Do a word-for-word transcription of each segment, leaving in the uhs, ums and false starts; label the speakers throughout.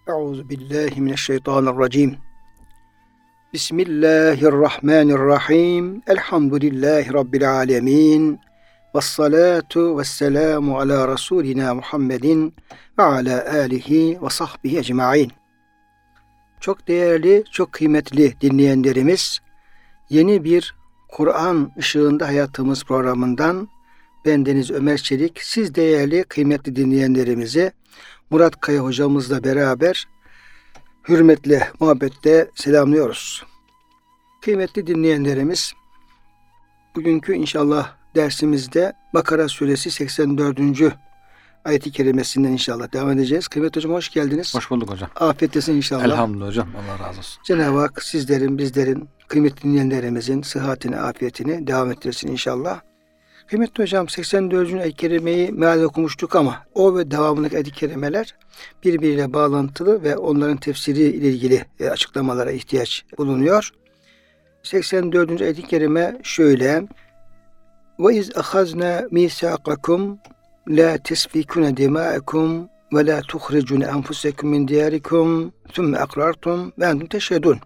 Speaker 1: Euzu billahi mineşşeytanirracim. Bismillahirrahmanirrahim. Elhamdülillahi Rabbil alemin. Vessalatu vesselamu ala Resulina Muhammedin ve ala alihi ve sahbihi ecmaîn. Çok değerli, çok kıymetli dinleyenlerimiz, yeni bir Kur'an ışığında hayatımız programından bendeniz Ömer Çelik, siz değerli, kıymetli dinleyenlerimizi Murat Kaya hocamızla beraber hürmetle, muhabbetle selamlıyoruz. Kıymetli dinleyenlerimiz, bugünkü inşallah dersimizde Bakara suresi seksen dördüncü ayet-i kerimesinden inşallah devam edeceğiz. Kıymetli hocam, hoş geldiniz.
Speaker 2: Hoş bulduk hocam.
Speaker 1: Afiyetlesin inşallah.
Speaker 2: Elhamdülillah hocam. Allah razı olsun.
Speaker 1: Cenab-ı Hak sizlerin, bizlerin, kıymetli dinleyenlerimizin sıhhatini, afiyetini devam ettirsin inşallah. Kıymetli hocam, seksen dördüncü ayet-i kerimeyi meal okumuştuk ama o ve devamındaki ayet-i kerimeler birbiriyle bağlantılı ve onların tefsiri ile ilgili açıklamalara ihtiyaç bulunuyor. seksen dördüncü ayet-i kerime şöyle: Ve iz ahazna misaqakum la tesfikuna dima'akum ve la tuhricun enfusakum min diyarikum thumma aqrartum ve entum teşhedun.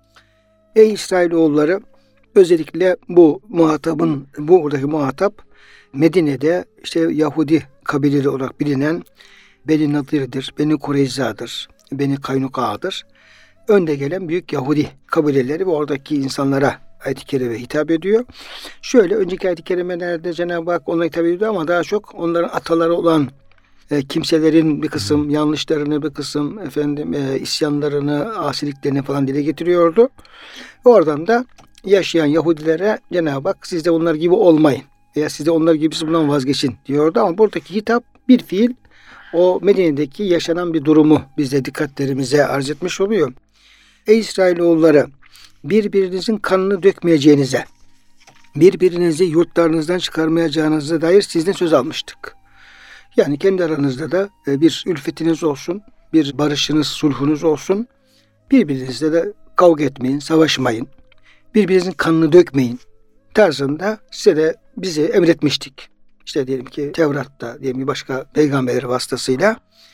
Speaker 1: Ey İsrailoğulları, özellikle bu muhatabın, bu buradaki muhatap Medine'de işte Yahudi kabileleri olarak bilinen Beni Nadir'dir, Beni Kureyza'dır, Beni Kaynuka'dır. Önde gelen büyük Yahudi kabileleri ve oradaki insanlara ayet-i kerime hitap ediyor. Şöyle, önceki ayet-i kerimelerde Cenab-ı Hak onlara hitap ediyor ama daha çok onların ataları olan e, kimselerin bir kısım hmm. yanlışlarını, bir kısım efendim e, isyanlarını, asiliklerini falan dile getiriyordu. Oradan da yaşayan Yahudilere Cenab-ı Hak siz de onlar gibi olmayın veya siz de onlar gibisi bundan vazgeçin diyordu ama buradaki hitap bir fiil o Medine'deki yaşanan bir durumu bizde dikkatlerimize arz etmiş oluyor. Ey İsrailoğulları, birbirinizin kanını dökmeyeceğinize, birbirinizi yurtlarınızdan çıkarmayacağınıza dair sizden söz almıştık. Yani kendi aranızda da bir ülfetiniz olsun, bir barışınız, sulhunuz olsun. Birbirinizle de kavga etmeyin, savaşmayın. Birbirinizin kanını dökmeyin tarzında size de bizi emretmiştik. İşte diyelim ki Tevrat'ta, diyelim ki başka peygamberler vasıtasıyla.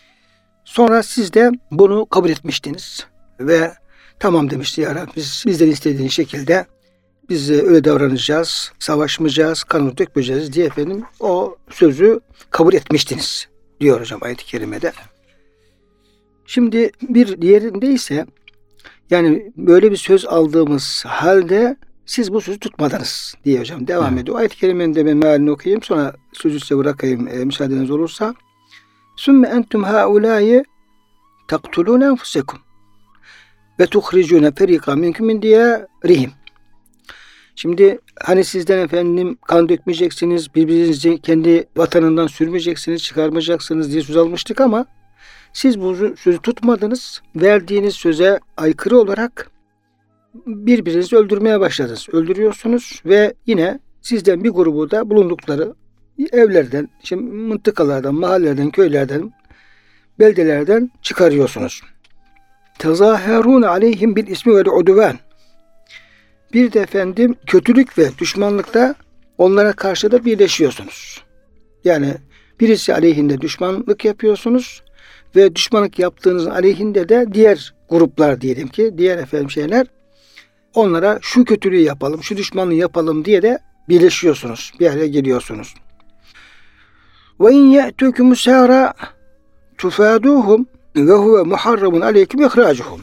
Speaker 1: Sonra siz de bunu kabul etmiştiniz ve tamam demişti ya Rabbi, biz bizden istediğin şekilde biz öyle davranacağız, savaşmayacağız, kanını dökmeyeceğiz diye efendim o sözü kabul etmiştiniz diyor hocam ayet-i kerimede. Şimdi bir diğerinde ise yani böyle bir söz aldığımız halde siz bu sözü tutmadınız diye hocam devam evet. ediyor. Ayet-i kerimenin de ben mealini okuyayım, sonra sözü size bırakayım e, müsaadeniz olursa. Sümme entum haulâye taktulûne enfusekum ve tuhricûne ferîkâ minkum min diyârihim. Şimdi hani sizden efendim kan dökmeyeceksiniz, birbirinizi kendi vatanından sürmeyeceksiniz, çıkarmayacaksınız diye söz almıştık ama siz bu sözü tutmadınız. Verdiğiniz söze aykırı olarak birbirinizi öldürmeye başladınız. Öldürüyorsunuz ve yine sizden bir grubu da bulundukları evlerden, şimdi mıntıkalardan, mahallelerden, köylerden, beldelerden çıkarıyorsunuz. Tezahherun aleyhim bil ismi vel udvan. Bir de efendim kötülük ve düşmanlıkta onlara karşı da birleşiyorsunuz. Yani birisi aleyhinde düşmanlık yapıyorsunuz ve düşmanlık yaptığınızın aleyhinde de diğer gruplar diyelim ki, diğer efendim şeyler, onlara şu kötülüğü yapalım, şu düşmanlığı yapalım diye de birleşiyorsunuz. Bir araya geliyorsunuz. Ve in ye'tukum musara tufaduhum ve huve muharramun aleykum ihracuhum.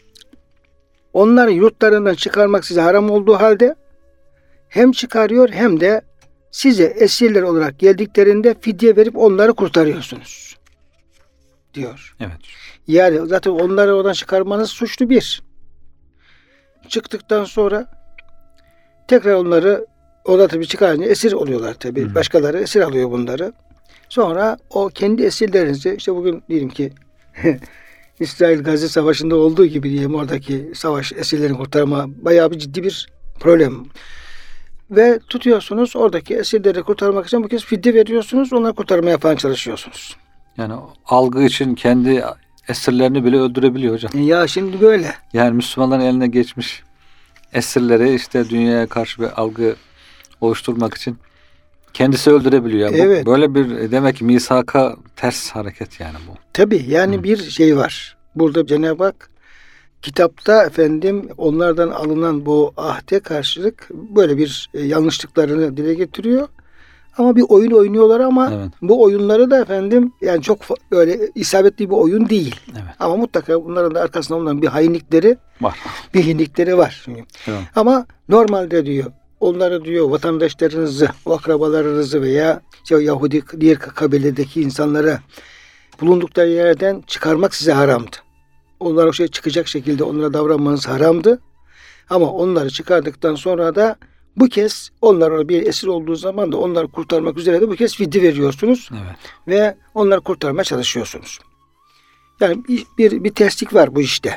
Speaker 1: Onları yurtlarından çıkarmak size haram olduğu halde hem çıkarıyor hem de size esirler olarak geldiklerinde fidye verip onları kurtarıyorsunuz diyor.
Speaker 2: Evet.
Speaker 1: Yani zaten onları oradan çıkarmanız suçlu bir. Çıktıktan sonra tekrar onları orada tabii çıkarınca esir oluyorlar tabii. Hı. Başkaları esir alıyor bunları. Sonra o kendi esirlerinizi, işte bugün diyelim ki İsrail-Gazze Savaşı'nda olduğu gibi diyelim, oradaki savaş esirlerini kurtarma bayağı bir ciddi bir problem. Ve tutuyorsunuz, oradaki esirleri kurtarmak için bu kez fidye veriyorsunuz, onları kurtarmaya falan çalışıyorsunuz.
Speaker 2: Yani algı için kendi esirlerini bile öldürebiliyor hocam.
Speaker 1: Ya şimdi böyle.
Speaker 2: Yani Müslümanların eline geçmiş esirleri işte dünyaya karşı bir algı oluşturmak için kendisi öldürebiliyor. Yani
Speaker 1: evet.
Speaker 2: Bu, böyle bir demek ki misaka ters hareket yani bu.
Speaker 1: Tabii yani Hı. bir şey var. Burada Cenab-ı Hak kitapta efendim onlardan alınan bu ahde karşılık böyle bir e, yanlışlıklarını dile getiriyor. Ama bir oyun oynuyorlar ama
Speaker 2: evet.
Speaker 1: bu oyunları da efendim yani çok böyle isabetli bir oyun değil.
Speaker 2: Evet.
Speaker 1: Ama mutlaka bunların da arkasında bulunan bir hainlikleri
Speaker 2: var.
Speaker 1: Bir hainlikleri var.
Speaker 2: Evet.
Speaker 1: Ama normalde diyor onları diyor vatandaşlarınızı, o akrabalarınızı veya işte Yahudi diğer kabiledeki insanlara bulundukları yerden çıkarmak size haramdı. Onlar o şey çıkacak şekilde onlara davranmanız haramdı. Ama onları çıkardıktan sonra da bu kez onlara bir esir olduğu zaman da onları kurtarmak üzere de bu kez fidye veriyorsunuz.
Speaker 2: Evet.
Speaker 1: Ve onları kurtarmaya çalışıyorsunuz. Yani bir, bir, bir terslik var bu işte.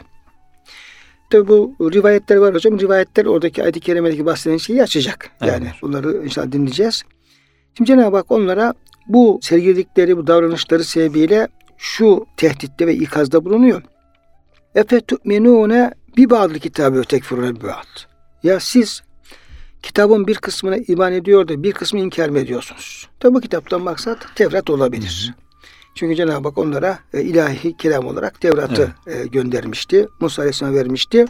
Speaker 1: Tabi bu rivayetler var hocam. Rivayetler oradaki ayet-i kerimedeki bahsedilen şeyi açacak. Yani evet. Bunları inşallah dinleyeceğiz. Şimdi Cenab-ı Hak onlara bu sergiledikleri bu davranışları sebebiyle şu tehditte ve ikazda bulunuyor. Efe tu'minûne bi ba'dil kitâbe ve tekfurûne bi ba'd. Ya siz kitabın bir kısmına iman ediyor da bir kısmını inkar mı ediyorsunuz? Tabi bu kitaptan maksat Tevrat olabilir. Hı hı. Çünkü Cenab-ı Hak onlara e, ilahi kelam olarak Tevrat'ı evet. e, göndermişti. Musa Aleyhisselam vermişti.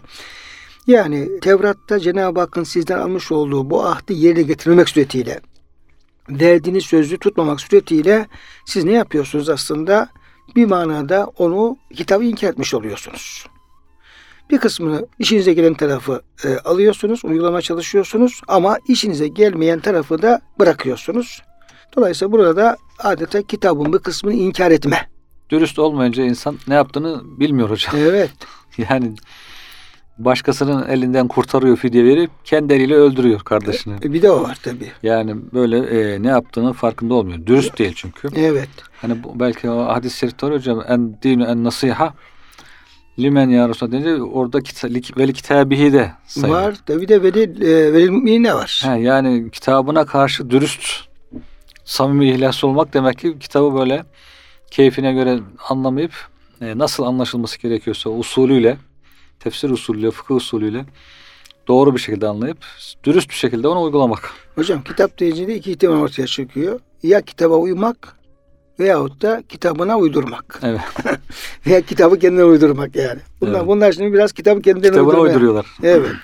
Speaker 1: Yani Tevrat'ta Cenab-ı Hakk'ın sizden almış olduğu bu ahdi yerine getirmemek suretiyle, verdiğiniz sözü tutmamak suretiyle siz ne yapıyorsunuz aslında? Bir manada onu, kitabı inkar etmiş oluyorsunuz. Bir kısmını işinize gelen tarafı e, alıyorsunuz, uygulamaya çalışıyorsunuz ama işinize gelmeyen tarafı da bırakıyorsunuz. Dolayısıyla burada da adeta kitabın bir kısmını inkar etme.
Speaker 2: Dürüst olmayınca insan ne yaptığını bilmiyor hocam.
Speaker 1: Evet.
Speaker 2: Yani başkasının elinden kurtarıyor, fidye verip kendi eliyle öldürüyor kardeşini.
Speaker 1: E, bir de o var tabii.
Speaker 2: Yani böyle e, ne yaptığını farkında olmuyor. Dürüst değil çünkü.
Speaker 1: Evet.
Speaker 2: Hani bu, belki o hadis-i şerifte var hocam. En dinu en nasiha limen ya Resulallah deyince orada kita- veli kitabihi de sayılır.
Speaker 1: Var. Tabii de veli, e, veli mümine var.
Speaker 2: He, yani kitabına karşı dürüst, samimi, ihlaslı olmak demek ki kitabı böyle keyfine göre anlamayıp e, nasıl anlaşılması gerekiyorsa usulüyle, tefsir usulüyle, fıkıh usulüyle doğru bir şekilde anlayıp dürüst bir şekilde onu uygulamak.
Speaker 1: Hocam kitap deyince iki ihtimal ortaya çıkıyor. Ya kitaba uymak veyahut da kitabına uydurmak.
Speaker 2: Evet.
Speaker 1: Veya kitabı kendine uydurmak yani. Bunlar, evet. bunlar şimdi biraz kitabı kendilerine
Speaker 2: kitabına
Speaker 1: uydurmaya.
Speaker 2: uyduruyorlar.
Speaker 1: Evet.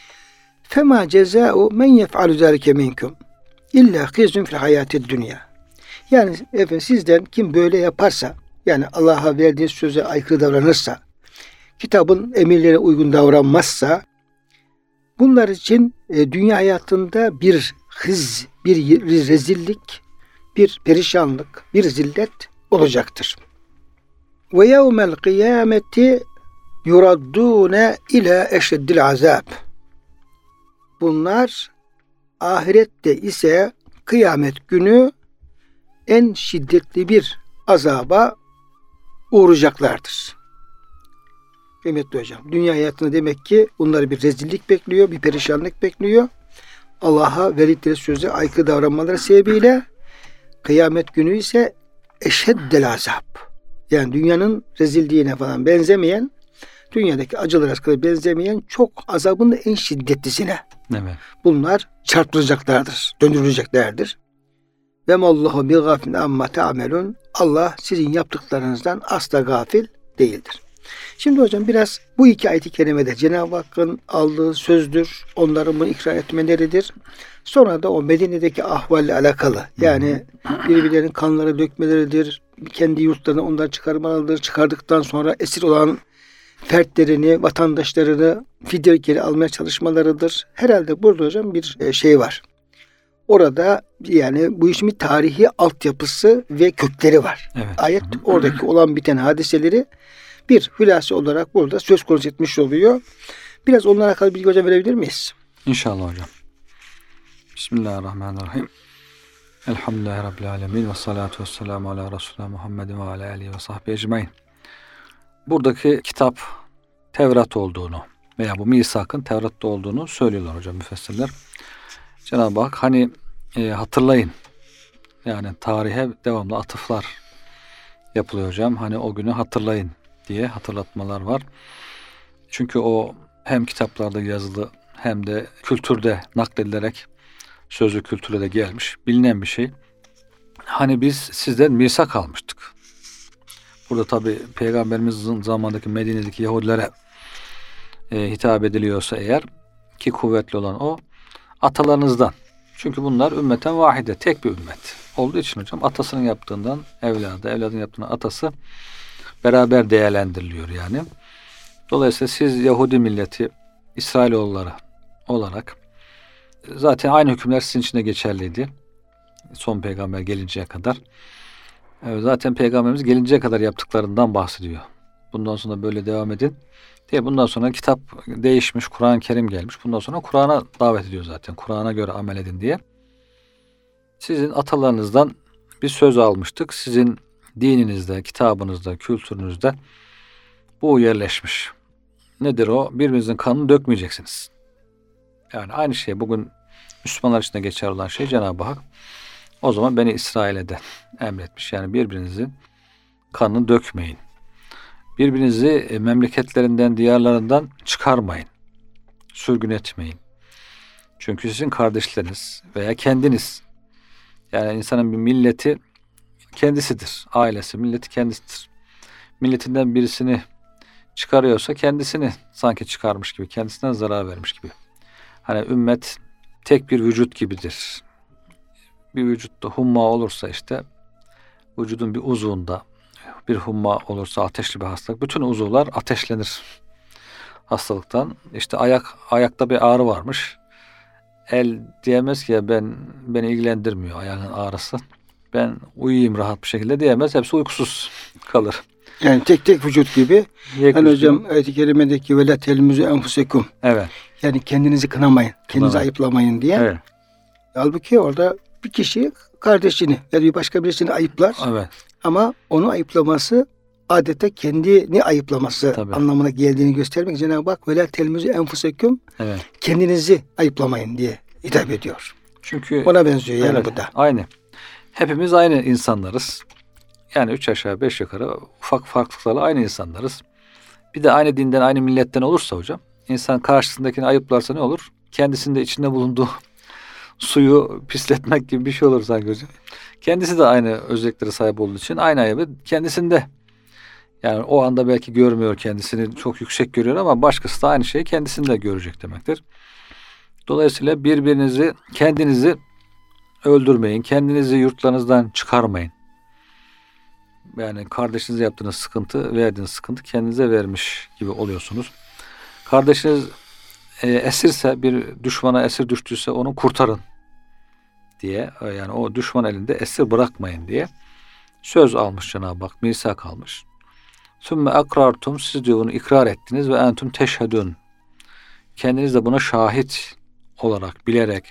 Speaker 1: Fema cezâ'u men yef'alu zâlike minkum illa khizyun fil hayâtid dünya. Yani efendim sizden kim böyle yaparsa, yani Allah'a verdiğiniz söze aykırı davranırsa, kitabın emirlerine uygun davranmazsa, bunlar için e, dünya hayatında bir hız, bir rezillik, bir perişanlık, bir zillet olacaktır. Ve yevmel kıyameti yuraddûne ila eşeddil azab. Bunlar ahirette ise kıyamet günü en şiddetli bir azaba uğrayacaklardır. Kıymetli hocam, dünya hayatında demek ki bunları bir rezillik bekliyor, bir perişanlık bekliyor. Allah'a verdikleri söze aykırı davranmaları sebebiyle kıyamet günü ise eşeddel azap. Yani dünyanın rezilliğine falan benzemeyen, dünyadaki acılara kadar benzemeyen çok azabın en şiddetlisine.
Speaker 2: Evet.
Speaker 1: Bunlar çarptıracaklardır, döndürüleceklerdir. Ve mallahu bi gafilin amma ta'melun. Allah sizin yaptıklarınızdan asla gafil değildir. Şimdi hocam biraz bu iki ayet-i kerimede Cenab-ı Hakk'ın aldığı sözdür. Onların bunu ikrar etmeleridir. Sonra da o Medine'deki ahvalle alakalı. Yani birbirlerinin kanları dökmeleridir. Kendi yurtlarını ondan çıkarmalıdır. Çıkardıktan sonra esir olan fertlerini, vatandaşlarını fidye geri almaya çalışmalarıdır. Herhalde burada hocam bir şey var. Orada yani bu işin bir tarihi altyapısı ve kökleri var.
Speaker 2: Evet.
Speaker 1: Ayet oradaki olan biten hadiseleri bir hülasa olarak burada söz konusu etmiş oluyor. Biraz onlara alakalı bilgi hocam verebilir miyiz?
Speaker 2: İnşallah hocam. Bismillahirrahmanirrahim. Elhamdülillahi Rabbil alemin ve salatu ve selamu ala Resulullah Muhammedin ve ala alihi ve sahbihi ecmain. Buradaki kitap Tevrat olduğunu veya bu misakın Tevrat'ta olduğunu söylüyorlar hocam müfessirler. Cenab-ı Hak hani e, hatırlayın, yani tarihe devamlı atıflar yapılıyor hocam. Hani o günü hatırlayın diye hatırlatmalar var. Çünkü o hem kitaplarda yazılı hem de kültürde nakledilerek sözlü kültüre de gelmiş bilinen bir şey. Hani biz sizden misak almıştık. burada tabi Peygamberimizin zamandaki Medine'deki Yahudilere e, hitap ediliyorsa eğer, ki kuvvetli olan o, atalarınızdan. Çünkü bunlar ümmeten vahide, tek bir ümmet olduğu için hocam atasının yaptığından evladı, evladın yaptığından atası beraber değerlendiriliyor yani. Dolayısıyla siz Yahudi milleti, İsrailoğulları olarak zaten aynı hükümler sizin için de geçerliydi. Son peygamber gelinceye kadar. Zaten peygamberimiz gelinceye kadar yaptıklarından bahsediyor. Bundan sonra böyle devam edin diye. Bundan sonra kitap değişmiş, Kur'an-ı Kerim gelmiş. Bundan sonra Kur'an'a davet ediyor zaten. Kur'an'a göre amel edin diye. Sizin atalarınızdan bir söz almıştık. Sizin dininizde, kitabınızda, kültürünüzde bu yerleşmiş. Nedir o? Birbirinizin kanını dökmeyeceksiniz. Yani aynı şey bugün Müslümanlar için de geçerli olan şey Cenab-ı Hak o zaman Beni İsrail'e de emretmiş. Yani birbirinizin kanını dökmeyin. Birbirinizi memleketlerinden, diyarlarından çıkarmayın. Sürgün etmeyin. Çünkü sizin kardeşleriniz veya kendiniz, yani insanın bir milleti kendisidir. Ailesi, milleti kendisidir. Milletinden birisini çıkarıyorsa kendisini sanki çıkarmış gibi, kendisine zarar vermiş gibi. Hani ümmet tek bir vücut gibidir. Bir vücutta humma olursa işte vücudun bir uzvunda bir humma olursa, ateşli bir hastalık, bütün uzuvlar ateşlenir hastalıktan. İşte ayak ayakta bir ağrı varmış. El diyemez ki ya ben beni ilgilendirmiyor ayağın ağrısı. Ben uyuyayım rahat bir şekilde diyemez. Hepsi uykusuz kalır.
Speaker 1: Yani tek tek vücut gibi.
Speaker 2: Yek
Speaker 1: hani hocam ayet-i kerimedeki vela telmizu enfusekum.
Speaker 2: Evet.
Speaker 1: Yani kendinizi kınamayın, kendinizi
Speaker 2: Kınamayın.
Speaker 1: ayıplamayın diye.
Speaker 2: Evet.
Speaker 1: Halbuki orada bir kişi kardeşini ya da bir başka birisini ayıplar.
Speaker 2: Evet.
Speaker 1: Ama onu ayıplaması adeta kendini ayıplaması
Speaker 2: Tabii.
Speaker 1: anlamına geldiğini göstermek Cenab-ı Hak vela telmizu enfusekum,
Speaker 2: Evet.
Speaker 1: kendinizi ayıplamayın diye hitap ediyor.
Speaker 2: Çünkü
Speaker 1: ona benziyor yani
Speaker 2: evet,
Speaker 1: bu da.
Speaker 2: Aynı. Hepimiz aynı insanlarız. Yani üç aşağı beş yukarı ufak farklılıklarla aynı insanlarız. Bir de aynı dinden, aynı milletten olursa hocam, insan karşısındakini ayıplarsa ne olur? Kendisinde içinde bulunduğu suyu pisletmek gibi bir şey olur sanki hocam. Kendisi de aynı özelliklere sahip olduğu için aynı ayıbı kendisinde. Yani o anda belki görmüyor, kendisini çok yüksek görüyor ama başkası da aynı şeyi kendisinde görecek demektir. Dolayısıyla birbirinizi, kendinizi öldürmeyin. Kendinizi yurtlarınızdan çıkarmayın. Yani kardeşinize yaptığınız sıkıntı, verdiğiniz sıkıntı kendinize vermiş gibi oluyorsunuz. Kardeşiniz e, esirse, bir düşmana esir düştüyse onu kurtarın diye, yani o düşman elinde esir bırakmayın diye söz almış Cenab-ı Hak, misak almış. Sümme akrartum, siz diyor bunu ikrar ettiniz ve entum teşhedun. Kendiniz de buna şahit olarak, bilerek,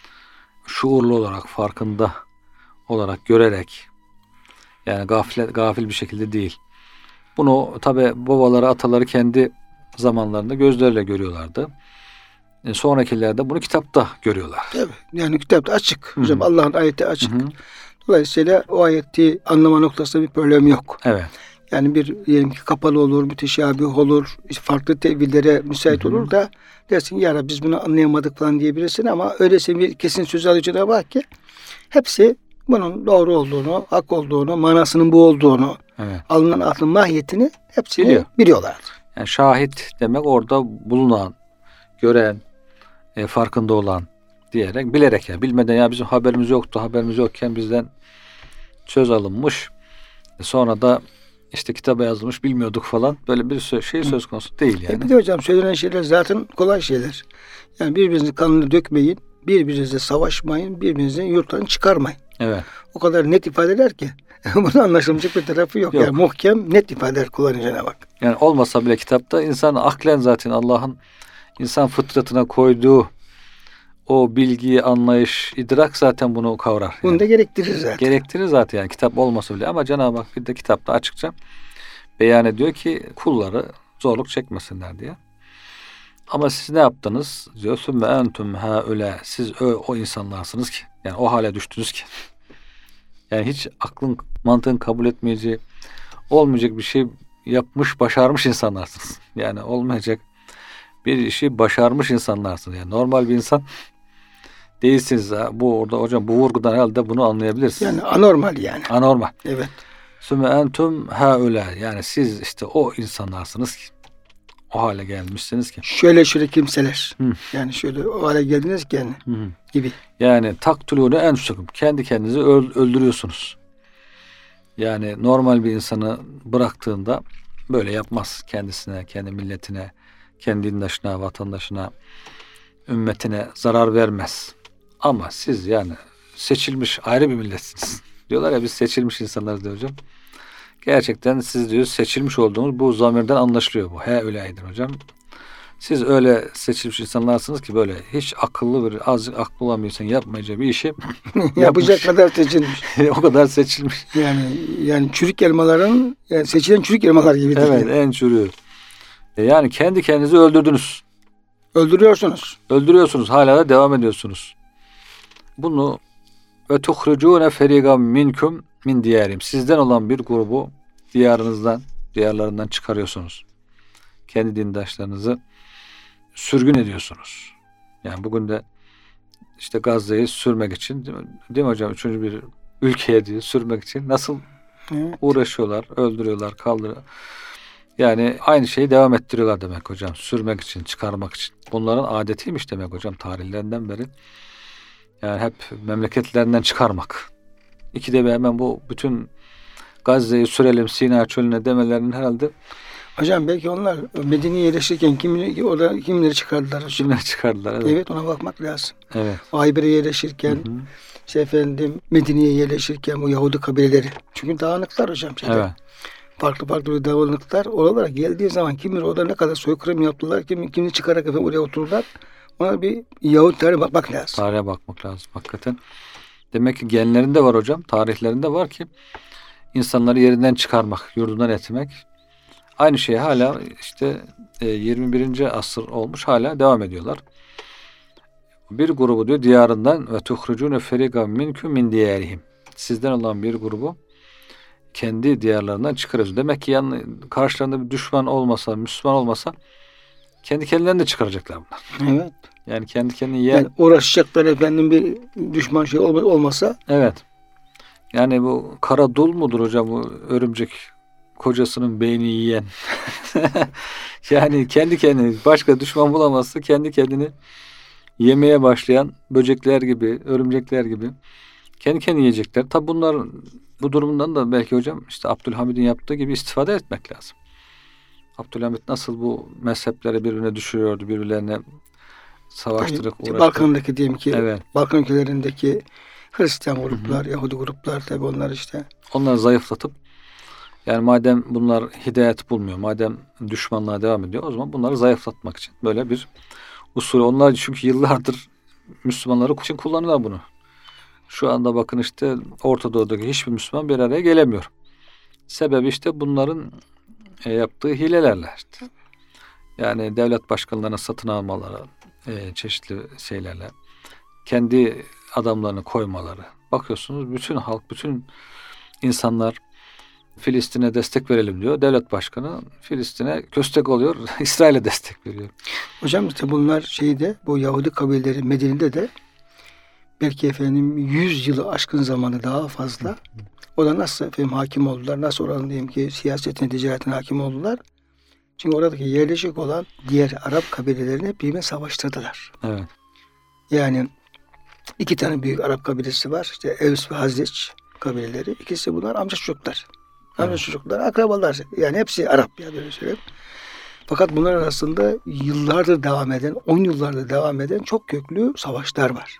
Speaker 2: şuurlu olarak, farkında olarak, görerek, yani gafil, gafil bir şekilde değil. Bunu tabi babaları, ataları kendi zamanlarında gözleriyle görüyorlardı. E, sonrakiler de bunu kitapta görüyorlar.
Speaker 1: Tabii. Yani kitapta açık.
Speaker 2: Hı-hı.
Speaker 1: Hocam Allah'ın ayeti açık.
Speaker 2: Hı-hı.
Speaker 1: Dolayısıyla o ayeti anlama noktasında bir problem yok.
Speaker 2: Evet.
Speaker 1: Yani bir diyelim ki kapalı olur, müteşabih olur, farklı tevillere müsait
Speaker 2: Hı-hı.
Speaker 1: olur da dersin ya Rabbi biz bunu anlayamadık falan diyebilirsin ama öyleyse bir kesin söz alıyor Cenab-ı Hak ki hepsi bunun doğru olduğunu, hak olduğunu, manasının bu olduğunu,
Speaker 2: Evet.
Speaker 1: alınan aklın mahiyetini hepsini
Speaker 2: Biliyor.
Speaker 1: biliyorlar.
Speaker 2: Yani şahit demek orada bulunan, gören, e, farkında olan diyerek, bilerek yani bilmeden ya bizim haberimiz yoktu, haberimiz yokken bizden söz alınmış. E, sonra da işte kitaba yazılmış, bilmiyorduk falan. Böyle bir söz, şey söz konusu değil yani.
Speaker 1: E bir de hocam söylenen şeyler zaten kolay şeyler. Yani birbirinizin kanını dökmeyin, birbirinizle savaşmayın, birbirinizin yurtlarını çıkarmayın.
Speaker 2: Evet.
Speaker 1: O kadar net ifadeler ki bunun anlaşılmayacak bir tarafı yok.
Speaker 2: Yok.
Speaker 1: Yani muhkem, net ifadeler kullanıyor Cenab-ı Hak.
Speaker 2: Yani olmasa bile kitapta insan aklen zaten Allah'ın insan fıtratına koyduğu o bilgi, anlayış, idrak zaten bunu kavrar.
Speaker 1: Bunu
Speaker 2: Yani.
Speaker 1: da gerektirir zaten.
Speaker 2: Gerektirir zaten yani kitap olmasa bile ama Cenab-ı Hak bir de kitapta açıkça beyan ediyor ki kulları zorluk çekmesinler diye. Ama siz ne yaptınız? Diyor sümme entum haule, siz o, o insanlarsınız ki, yani o hale düştünüz ki. Yani hiç aklın, mantığın kabul etmeyeceği, olmayacak bir şey yapmış, başarmış insanlarsınız. Yani olmayacak bir işi başarmış insanlarsınız. Yani normal bir insan değilsiniz. Ha. Bu orada hocam bu vurgudan herhalde bunu anlayabilirsiniz.
Speaker 1: Yani anormal yani.
Speaker 2: Anormal.
Speaker 1: Evet.
Speaker 2: Sümme entum haula. Yani siz işte o insanlarsınız ki o hale gelmişsiniz ki.
Speaker 1: Şöyle şöyle kimseler.
Speaker 2: Hı.
Speaker 1: Yani şöyle o hale geldiniz ki yani
Speaker 2: Hı.
Speaker 1: gibi.
Speaker 2: Yani taktulûne enfusakum. Kendi kendinizi öldürüyorsunuz. Yani normal bir insanı bıraktığında böyle yapmaz. Kendisine, kendi milletine, kendi dindaşına, vatandaşına, ümmetine zarar vermez. Ama siz yani seçilmiş ayrı bir milletsiniz. Diyorlar ya biz seçilmiş insanlarız diyor hocam. Gerçekten siz diyor seçilmiş olduğunuz bu zamirden anlaşılıyor bu. He öyleydir hocam. Siz öyle seçilmiş insanlarsınız ki böyle hiç akıllı bir azıcık aklı olan bir insan yapmayacağı bir işi
Speaker 1: yapacak kadar seçilmiş.
Speaker 2: O kadar seçilmiş.
Speaker 1: Yani yani çürük elmaların yani seçilen çürük elmalar gibi.
Speaker 2: Evet
Speaker 1: yani.
Speaker 2: En çürüğü. Yani kendi kendinizi öldürdünüz.
Speaker 1: Öldürüyorsunuz.
Speaker 2: Öldürüyorsunuz. Hala da devam ediyorsunuz. Bunu ve tuhrucune ferigan minkum min diyarim. Sizden olan bir grubu diyarınızdan, diyarlarından çıkarıyorsunuz. Kendi dindaşlarınızı sürgün ediyorsunuz. Yani bugün de işte Gazze'yi sürmek için değil mi, değil mi hocam? Üçüncü bir ülkeye diye sürmek için nasıl
Speaker 1: Evet.
Speaker 2: uğraşıyorlar, öldürüyorlar, kaldırıyorlar. Yani aynı şeyi devam ettiriyorlar demek hocam. Sürmek için, çıkarmak için. Bunların adetiymiş demek hocam tarihlerinden beri. Yani hep memleketlerinden çıkarmak. İkide bir hemen bu bütün Gazze'yi sürelim Sina çölüne demelerinin herhalde.
Speaker 1: Hocam belki onlar Medine'ye yerleşirken kimleri, orada kimleri çıkardılar?
Speaker 2: Kimleri çıkardılar. Evet.
Speaker 1: Evet ona bakmak lazım.
Speaker 2: Evet.
Speaker 1: Ayber'e yerleşirken,
Speaker 2: Hı hı.
Speaker 1: şey efendim Medine'ye yerleşirken bu Yahudi kabileleri. Çünkü dağınıklar hocam. Şeyde. Evet. Farklı farklı dağınıklar. Oralara geldiği zaman kimleri orada ne kadar soykırım yaptılar, kim, kimini çıkarak efendim oraya oturdular. Ona bir Yahudi tarihe bakmak lazım.
Speaker 2: Tarihe bakmak lazım hakikaten. Demek ki genlerinde var hocam, tarihlerinde var ki insanları yerinden çıkarmak, yurdundan etmek. Aynı şey hala işte yirmi birinci asır olmuş hala devam ediyorlar. Bir grubu diyor diyarından ve tuhrucune ferigan minkum min diyarihim. Sizden olan bir grubu kendi diyarlarından çıkarıyoruz. Demek ki yan, karşılarında bir düşman olmasa, Müslüman olmasa kendi kendilerini de çıkaracaklar bunlar.
Speaker 1: Evet.
Speaker 2: Yani kendi kendini yiyen...
Speaker 1: Yani uğraşacaklar efendim bir düşman şey olmasa.
Speaker 2: Evet. Yani bu kara dul mudur hocam bu örümcek kocasının beynini yiyen? Yani kendi kendini başka düşman bulamazsa kendi kendini yemeye başlayan böcekler gibi, örümcekler gibi kendi kendini yiyecekler. Tabi bunlar bu durumundan da belki hocam işte Abdülhamid'in yaptığı gibi istifade etmek lazım. Abdülhamid nasıl bu mezhepleri birbirine düşürüyordu, birbirlerine savaştırıp uğraştırıp.
Speaker 1: Balkan'daki diyelim ki,
Speaker 2: evet.
Speaker 1: Balkan ülkelerindeki Hristiyan gruplar, hı hı. Yahudi gruplar tabi onlar işte.
Speaker 2: Onları zayıflatıp yani madem bunlar hidayet bulmuyor, madem düşmanlığa devam ediyor o zaman bunları zayıflatmak için böyle bir usul. Onlar çünkü yıllardır Müslümanları için kullanıyorlar bunu. Şu anda bakın işte Orta Doğu'daki hiçbir Müslüman bir araya gelemiyor. Sebebi işte bunların e, yaptığı hilelerle işte. Yani devlet başkanlarına satın almaları, e, çeşitli şeylerle, kendi adamlarını koymaları. Bakıyorsunuz bütün halk, bütün insanlar Filistin'e destek verelim diyor. Devlet başkanı Filistin'e köstek oluyor. İsrail'e destek veriyor.
Speaker 1: Hocam işte bunlar şeyde bu Yahudi kabileleri Medine'de de belki efendim yüz yılı aşkın zamanı daha fazla. O da nasıl efendim hakim oldular? Nasıl oranın diyelim ki siyasetine, ticaretine hakim oldular? Çünkü oradaki yerleşik olan diğer Arap kabilelerini hep birbirine savaştırdılar.
Speaker 2: Evet.
Speaker 1: Yani iki tane büyük Arap kabilesi var. İşte Evs ve Hazreç kabileleri. İkisi bunlar amca çocuklar. Amca evet. çocuklar, akrabalar. Yani hepsi Arap ya böyle söyleyeyim. Fakat bunlar arasında yıllardır devam eden, on yıllardır devam eden çok köklü savaşlar var.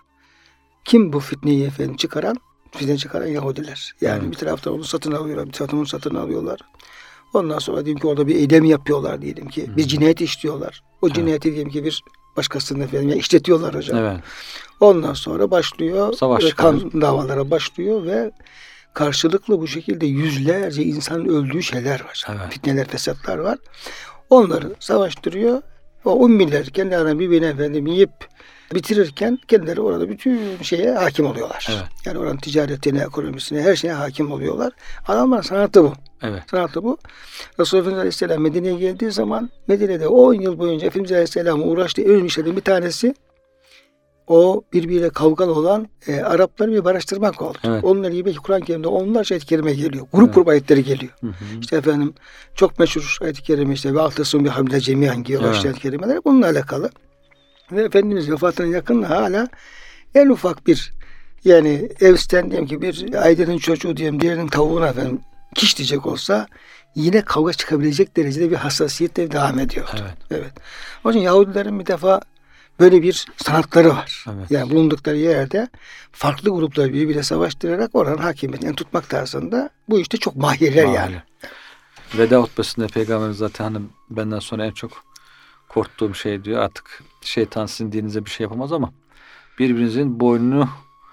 Speaker 1: Kim bu fitneyi efendim çıkaran? Fitne çıkaran Yahudiler. Yani evet. bir taraftan onu satın alıyorlar, bir taraftan onu satın alıyorlar. Ondan sonra diyelim ki orada bir eylem yapıyorlar diyelim ki. Hmm. Bir cinayet işliyorlar. O evet. cinayeti diyelim ki bir başkasının efendim ya işletiyorlar hocam. Evet. Ondan sonra başlıyor. Savaş kan davalara başlıyor ve karşılıklı bu şekilde yüzlerce insanın öldüğü şeyler var. Evet. Fitneler, fesatlar var. Onları savaştırıyor. O ummiler kendi aralarında birbirine efendim yiyip bitirirken kendileri orada bütün şeye hakim oluyorlar. Evet. Yani oranın ticaretine, ekonomisine, her şeye hakim oluyorlar. Adamlar sanatı bu. Evet. Sanatı bu. Resulullah Efendimiz Aleyhisselam Medine'ye geldiği zaman Medine'de on yıl boyunca Efendimiz Aleyhisselam'ın uğraştığı en işlerden bir tanesi o birbiriyle kavgalı olan e, Arapları bir barıştırmak oldu.
Speaker 2: Evet.
Speaker 1: Onlar gibi Kur'an-ı Kerim'de onlarca ayet-i kerime geliyor. Grup
Speaker 2: Evet.
Speaker 1: grup ayetleri geliyor.
Speaker 2: Hı hı.
Speaker 1: İşte efendim çok meşhur ayet-i kerime işte ve ahtasum bihamde cemiyan diye
Speaker 2: Evet.
Speaker 1: başlayan ayet-i kerimeler bununla alakalı. Ve Efendimiz vefatına yakın hala en ufak bir yani Evs'ten diyelim ki bir ailenin çocuğu diyelim diğerinin tavuğuna efendim kiş diyecek olsa yine kavga çıkabilecek derecede bir hassasiyetle devam ediyor.
Speaker 2: Evet.
Speaker 1: Evet. Onun için Yahudilerin bir defa böyle bir sanatları var.
Speaker 2: Evet.
Speaker 1: Yani bulundukları yerde farklı grupları birbiriyle savaştırarak oranın hakimiyetini tutmak tarzında bu işte çok mahirler
Speaker 2: Mahir.
Speaker 1: yani.
Speaker 2: Veda hutbesinde Peygamberimiz zaten hani benden sonra en çok korktuğum şey diyor. Artık şeytan sizin dininize bir şey yapamaz ama birbirinizin boynunu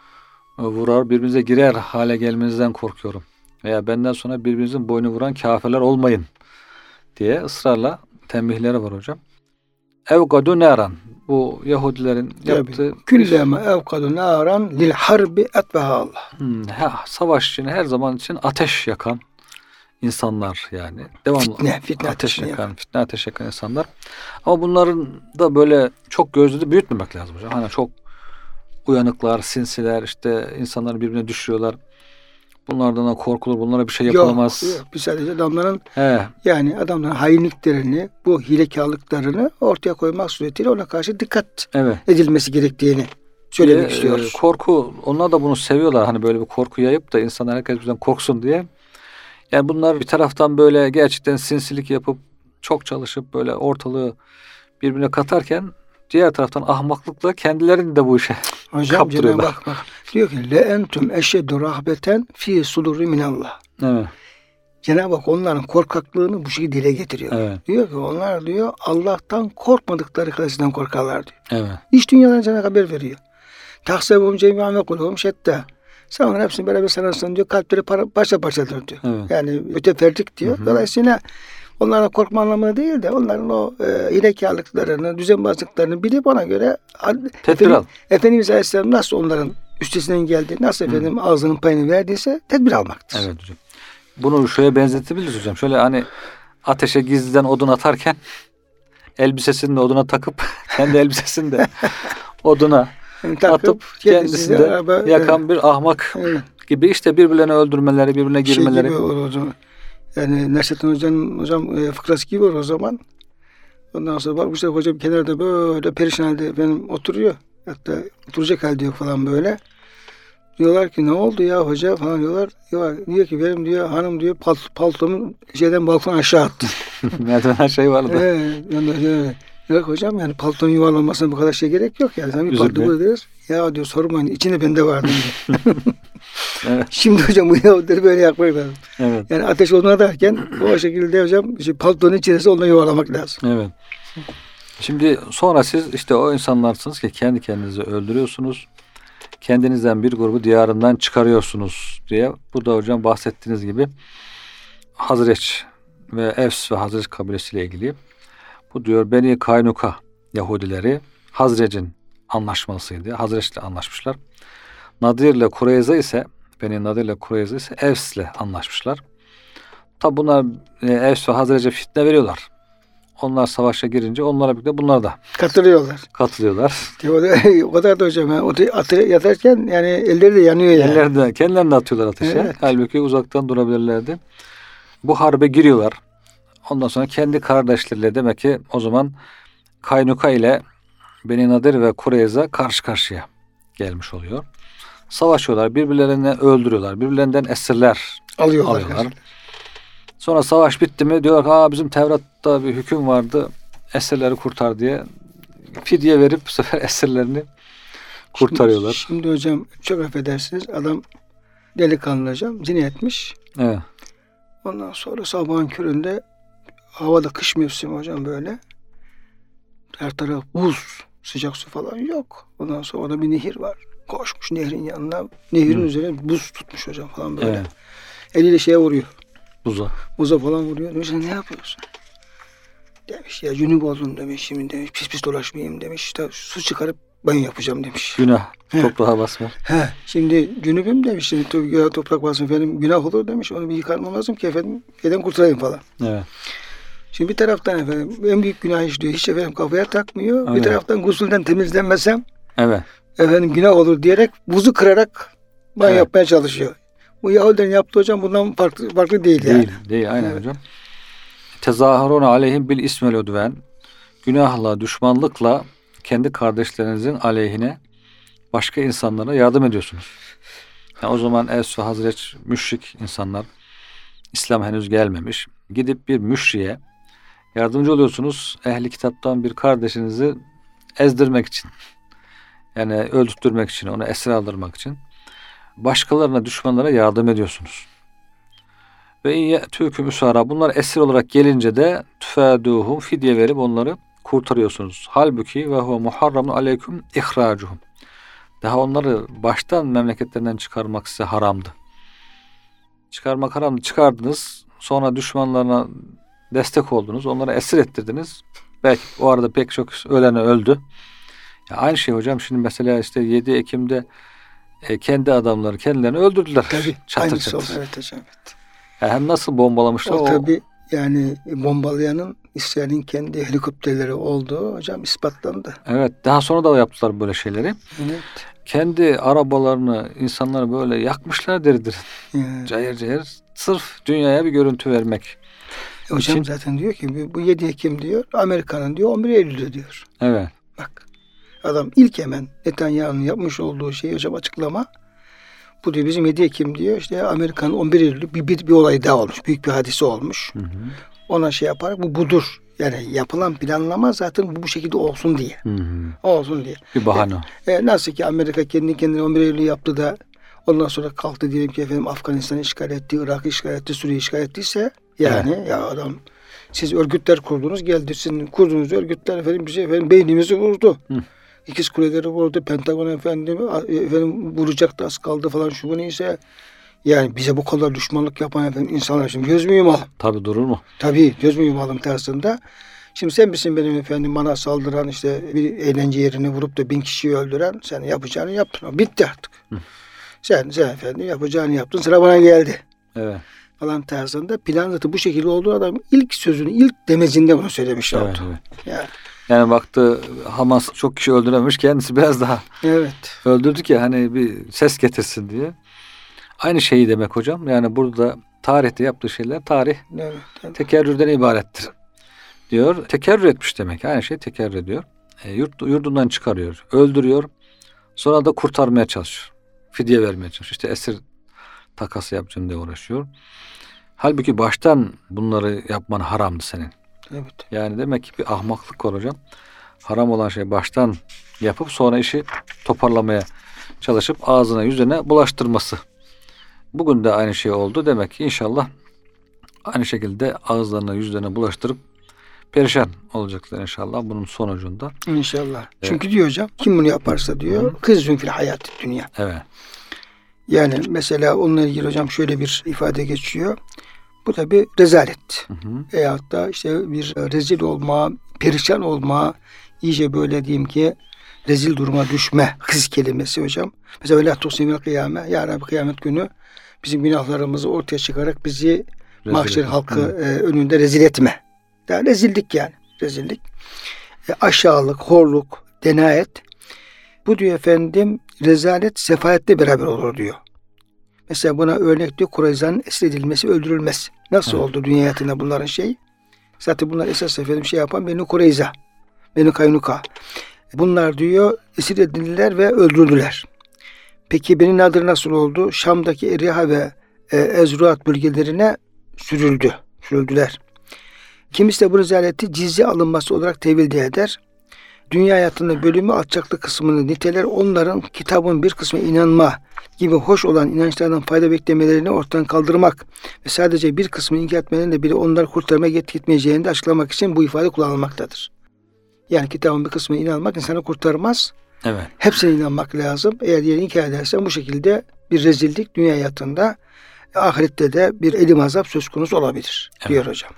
Speaker 2: vurar, birbirinize girer hale gelmenizden korkuyorum. Veya benden sonra birbirinizin boynu vuran kafirler olmayın diye ısrarla tembihleri var hocam. Evgadu naran. Bu Yahudilerin yaptığı
Speaker 1: Külleme evkadu naran lil harbi etveha Allah.
Speaker 2: Hmm, ha, savaş için her zaman için ateş yakan insanlar yani. Devamlı
Speaker 1: Fitne, fitne
Speaker 2: ateş
Speaker 1: ateşini
Speaker 2: yakan, fitne ateş yakan insanlar. Ama bunların da böyle çok gözlü de büyütmemek lazım hocam. Hani çok uyanıklar, sinsiler, işte insanları birbirine düşürüyorlar. Bunlardan da korkulur, bunlara bir şey yapılamaz.
Speaker 1: Yok, yok. Biz sadece adamların
Speaker 2: He,
Speaker 1: yani adamların hainliklerini, bu hilekarlıklarını ortaya koymak suretiyle ona karşı dikkat
Speaker 2: evet.
Speaker 1: edilmesi gerektiğini söylemek
Speaker 2: Bir,
Speaker 1: istiyoruz.
Speaker 2: e, korku, onlar da bunu seviyorlar. Hani böyle bir korku yayıp da insanlar herkes bizden korksun diye. Yani bunlar bir taraftan böyle gerçekten sinsilik yapıp çok çalışıp böyle ortalığı birbirine katarken diğer taraftan ahmaklıkla kendilerini de bu işe
Speaker 1: Hocam Cenab-ı
Speaker 2: kaptırıyorlar.
Speaker 1: Hak bak diyor ki le entum eşeddu rahbeten fi suduri minallah.
Speaker 2: Evet.
Speaker 1: Cenab-ı Hak onların korkaklığını bu şekilde dile getiriyor.
Speaker 2: Evet.
Speaker 1: Diyor ki onlar diyor Allah'tan korkmadıkları kadar korkarlar diyor.
Speaker 2: Evet.
Speaker 1: İç dünyadan Cenab-ı Hak haber veriyor. Tahsebum cemi'an ve kulhum şetta. Sen onların hepsini beraber sanarsın diyor. Kalpleri para, parça parçadır diyor.
Speaker 2: Evet.
Speaker 1: Yani müteferrik diyor.
Speaker 2: Hı hı.
Speaker 1: Dolayısıyla onlara korkma anlamında değil de onların o e, hilekarlıklarını, düzenbazlıklarını bilip ona göre
Speaker 2: Tedbir al.
Speaker 1: Efendimiz Aleyhisselam nasıl onların üstesinden geldi, nasıl
Speaker 2: Hı.
Speaker 1: efendim ağzının payını verdiyse tedbir almaktır.
Speaker 2: Evet hocam. Bunu şöyle benzetebiliriz hocam. Şöyle hani ateşe gizliden odun atarken elbisesini de oduna takıp kendi elbisesini de oduna
Speaker 1: Yani takıp
Speaker 2: atıp kendisini de
Speaker 1: araba,
Speaker 2: yakan
Speaker 1: evet,
Speaker 2: bir ahmak
Speaker 1: evet,
Speaker 2: gibi işte birbirlerini öldürmeleri, birbirine
Speaker 1: şey
Speaker 2: girmeleri.
Speaker 1: gibi olur o zaman. Yani Neşettin Hoca'nın hocam e, fıkrası gibi olur o zaman. Ondan sonra bakmışlar hocam kenarda böyle perişan halde efendim oturuyor. Hatta oturacak halde yok falan böyle. Diyorlar ki ne oldu ya hoca falan diyorlar. Diyor, diyor ki benim diyor hanım diyor palt, paltomu şeyden balkona aşağı attı.
Speaker 2: Merdiven şey vardı.
Speaker 1: Evet. Yani, yok hocam yani paltonun yuvarlanmasına bu kadar şey gerek yok yani. Sen bir palto
Speaker 2: Üzülme.
Speaker 1: koyuyoruz. Ya diyor sormayın içinde bende vardı diyor.
Speaker 2: Evet.
Speaker 1: Şimdi hocam bu Yahudileri böyle yapmak lazım.
Speaker 2: Evet.
Speaker 1: Yani ateş oduna derken o şekilde hocam işte paltonun içerisinde ondan yuvarlamak lazım.
Speaker 2: Evet. Şimdi sonra siz işte o insanlarsınız ki kendi kendinizi öldürüyorsunuz. Kendinizden bir grubu diyarından çıkarıyorsunuz diye. Bu da hocam bahsettiğiniz gibi Hazreç ve Evs ve Hazreç kabilesiyle ilgili. Bu diyor Beni Kaynuka Yahudileri Hazrec'in anlaşmasıydı. Hazreç'le anlaşmışlar. Nadir ile Kureyza ise Beni Nadir ile Kureyza ise Evs'le anlaşmışlar. Tabi bunlar e, Evs ve Hazrec'e fitne veriyorlar. Onlar savaşa girince onlara birlikte bunlar da
Speaker 1: Katılıyorlar.
Speaker 2: katılıyorlar.
Speaker 1: O, da, o kadar da hocam. Yani, o da atı yatarken yani elleri de yanıyor yani.
Speaker 2: Ellerinde, kendilerini de atıyorlar ateşe.
Speaker 1: Evet.
Speaker 2: Halbuki uzaktan durabilirlerdi. Bu harbe giriyorlar. Ondan sonra kendi kardeşleriyle demek ki o zaman Kaynuka ile Beni Nadir ve Kureyza karşı karşıya gelmiş oluyor. Savaşıyorlar. Birbirlerini öldürüyorlar. Birbirlerinden esirler
Speaker 1: Alıyorlar.
Speaker 2: alıyorlar. Sonra savaş bitti mi diyorlar ki Aa, bizim Tevrat'ta bir hüküm vardı. Esirleri kurtar diye fidye verip bu sefer esirlerini kurtarıyorlar.
Speaker 1: Şimdi, şimdi hocam çok affedersiniz adam delikanlı hocam zina etmiş.
Speaker 2: Evet.
Speaker 1: Ondan sonra sabahın köründe havada kış mevsimi hocam böyle. Her taraf buz, sıcak su falan yok. Ondan sonra orada bir nehir var. Koşmuş nehrin yanına. Nehrin Hı. üzerine buz tutmuş hocam falan böyle. Evet. Eliyle şeye vuruyor.
Speaker 2: Buza.
Speaker 1: Buza falan vuruyor. Demiş ne yapıyorsun? Demiş ya cünüp oldum demiş. Şimdi demiş pis pis dolaşmayayım demiş. İşte su çıkarıp banyo yapacağım demiş.
Speaker 2: Günah.
Speaker 1: He.
Speaker 2: Toprağa basma.
Speaker 1: He. Şimdi cünübüm demiş. Şimdi to- toprak basma efendim günah olur demiş. Onu bir yıkarmam lazım ki efendim şeyden kurtulayım falan.
Speaker 2: Evet.
Speaker 1: Şimdi bir taraftan efendim en büyük günah işliyor. Hiç efendim kafaya takmıyor.
Speaker 2: Evet.
Speaker 1: Bir taraftan gusülden temizlenmesem
Speaker 2: evet.
Speaker 1: efendim günah olur diyerek buzu kırarak banyo
Speaker 2: Evet.
Speaker 1: yapmaya çalışıyor. Bu Yahudilerin yaptığı hocam bundan farklı farklı değil yani.
Speaker 2: Değil, değil aynen
Speaker 1: Evet.
Speaker 2: hocam. Tezaharun aleyhim bil ismel udven. Günahla, düşmanlıkla kendi kardeşlerinizin aleyhine başka insanlara yardım ediyorsunuz. Yani o zaman Evs ve Hazreç müşrik insanlar, İslam henüz gelmemiş. Gidip bir müşriye yardımcı oluyorsunuz. Ehli kitaptan bir kardeşinizi ezdirmek için. Yani öldürtmek için, onu esir aldırmak için. Başkalarına, düşmanlara yardım ediyorsunuz. Ve ye'tûküm usara, bunlar esir olarak gelince de tüfâdûhum, fidye verip onları kurtarıyorsunuz. Halbuki ve huve muharramun aleyküm ihracuhum. Daha onları baştan memleketlerinden çıkarmak size haramdı. Çıkarmak haramdı. Çıkardınız. Sonra düşmanlarına destek oldunuz. Onları esir ettirdiniz. Belki o arada pek çok ölene öldü. Ya aynı şey hocam. Şimdi mesela işte yedi Ekim'de e, kendi adamları kendilerini öldürdüler.
Speaker 1: Tabii.
Speaker 2: Çatır
Speaker 1: Aynısı
Speaker 2: çatır.
Speaker 1: oldu. Evet hocam. Evet.
Speaker 2: Yani hem nasıl bombalamışlar
Speaker 1: O,
Speaker 2: o,
Speaker 1: tabii yani bombalayanın İsrail'in kendi helikopterleri olduğu hocam ispatlandı.
Speaker 2: evet, daha sonra da yaptılar böyle şeyleri.
Speaker 1: Evet.
Speaker 2: Kendi arabalarını, insanları böyle yakmışlar deridir.
Speaker 1: Yani,
Speaker 2: Cayır cayır. Sırf dünyaya bir görüntü vermek.
Speaker 1: e, hocam
Speaker 2: için-
Speaker 1: zaten diyor ki bu yedi Ekim diyor Amerika'nın diyor on bir Eylül'ü diyor.
Speaker 2: Evet.
Speaker 1: Bak adam ilk hemen Netanyahu'nun yapmış olduğu şey hocam açıklama. Bu diyor bizim yedi Ekim diyor işte Amerika'nın on bir Eylül'ü bir, bir, bir olay daha olmuş. Büyük bir hadise olmuş.
Speaker 2: Hı hı.
Speaker 1: Ona şey yaparak bu budur. Yani yapılan planlama zaten bu, bu şekilde olsun diye.
Speaker 2: Hı hı.
Speaker 1: Olsun diye.
Speaker 2: Bir bahane.
Speaker 1: E, nasıl ki Amerika kendi kendine on bir Eylül yaptı da ondan sonra kalktı diyelim ki efendim Afganistan'ı işgal etti, Irak'ı işgal etti, Suriye'yi işgal ettiyse yani ya adam siz örgütler kurdunuz geldi sizin kurduğunuz örgütler efendim bize efendim beynimizi vurdu.
Speaker 2: Hı.
Speaker 1: İkiz kuleleri vurdu. Pentagon efendim, efendim vuracaktı az kaldı falan şu bu neyse. Yani bize bu kadar düşmanlık yapan efendim insanlar şimdi göz mü yumalım?
Speaker 2: Tabii durur mu?
Speaker 1: Tabii göz mü yumalım tarzında. Şimdi sen misin benim efendim bana saldıran işte bir eğlence yerini vurup da bin kişiyi öldüren sen yapacağını yaptın. Bitti artık.
Speaker 2: Hı.
Speaker 1: Sen, sen efendim yapacağını yaptın sıra bana geldi.
Speaker 2: Evet.
Speaker 1: Falan tarzında plan zaten bu şekilde olduğu adam ilk sözünü ilk demecinde bunu söylemiş
Speaker 2: Evet,
Speaker 1: oldu.
Speaker 2: evet.
Speaker 1: Yani,
Speaker 2: Yani baktı Hamas çok kişi öldürememiş, kendisi biraz daha
Speaker 1: evet.
Speaker 2: öldürdük ya hani bir ses getirsin diye. Aynı şeyi demek hocam. Yani burada tarihte yaptığı şeyler tarih
Speaker 1: Evet. evet.
Speaker 2: tekerrürden ibarettir diyor. Tekerrür etmiş demek. Aynı şey tekerrür ediyor. E, yurt, yurdundan çıkarıyor. Öldürüyor. Sonra da kurtarmaya çalışıyor. Fidye vermeye çalışıyor. İşte esir takası yapacağım diye uğraşıyor. Halbuki baştan bunları yapman haramdı senin.
Speaker 1: Evet.
Speaker 2: Yani demek ki bir ahmaklık var hocam. Haram olan şey baştan yapıp sonra işi toparlamaya çalışıp ağzına yüzüne bulaştırması. Bugün de aynı şey oldu. Demek ki inşallah aynı şekilde ağızlarına yüzlerine bulaştırıp perişan olacaklar inşallah bunun sonucunda.
Speaker 1: İnşallah. Çünkü diyor hocam kim bunu yaparsa diyor kızın fil hayatı dünya.
Speaker 2: Evet.
Speaker 1: Yani mesela onunla ilgili hocam şöyle bir ifade geçiyor. Bu tabi rezalet.
Speaker 2: Hı hı.
Speaker 1: Veyahut da işte bir rezil olma, perişan olma, iyice böyle diyeyim ki rezil duruma düşme hız kelimesi hocam. Mesela velâ tuhsinil kıyame. Ya Rabbi kıyamet günü bizim günahlarımızı ortaya çıkarak bizi mahşer halkı e, önünde rezil etme. Yani rezillik yani. Rezillik. E, aşağılık, horluk, denayet. Bu diyor efendim rezalet sefaletle beraber olur diyor. Mesela buna örnek diyor Kureyza'nın esir edilmesi, öldürülmesi. Nasıl
Speaker 2: Evet.
Speaker 1: oldu dünya hayatında bunların şeyi? Zaten bunlar esas efendim şey yapan Beni Kureyza, Beni Kaynuka. Bunlar diyor esir edildiler ve öldürüldüler. Peki Beni Nadir nasıl oldu? Şam'daki Eriha ve e, Ezruat bölgelerine sürüldü. Sürüldüler. Kimisi de bu rezaleti cizye alınması olarak tevil eder. Dünya hayatında bölümü alçaklık kısmını niteler onların kitabın bir kısmına inanma gibi hoş olan inançlardan fayda beklemelerini ortadan kaldırmak ve sadece bir kısmını inkar etmelerine bile onları kurtarmaya yetmeyeceğini de açıklamak için bu ifade kullanılmaktadır. Yani kitabın bir kısmına inanmak insanı kurtarmaz.
Speaker 2: Evet.
Speaker 1: Hepsine inanmak lazım. Eğer diğerini inkar edersen bu şekilde bir rezillik dünya hayatında, ahirette de bir elim azap söz konusu olabilir
Speaker 2: Evet.
Speaker 1: diyor hocam.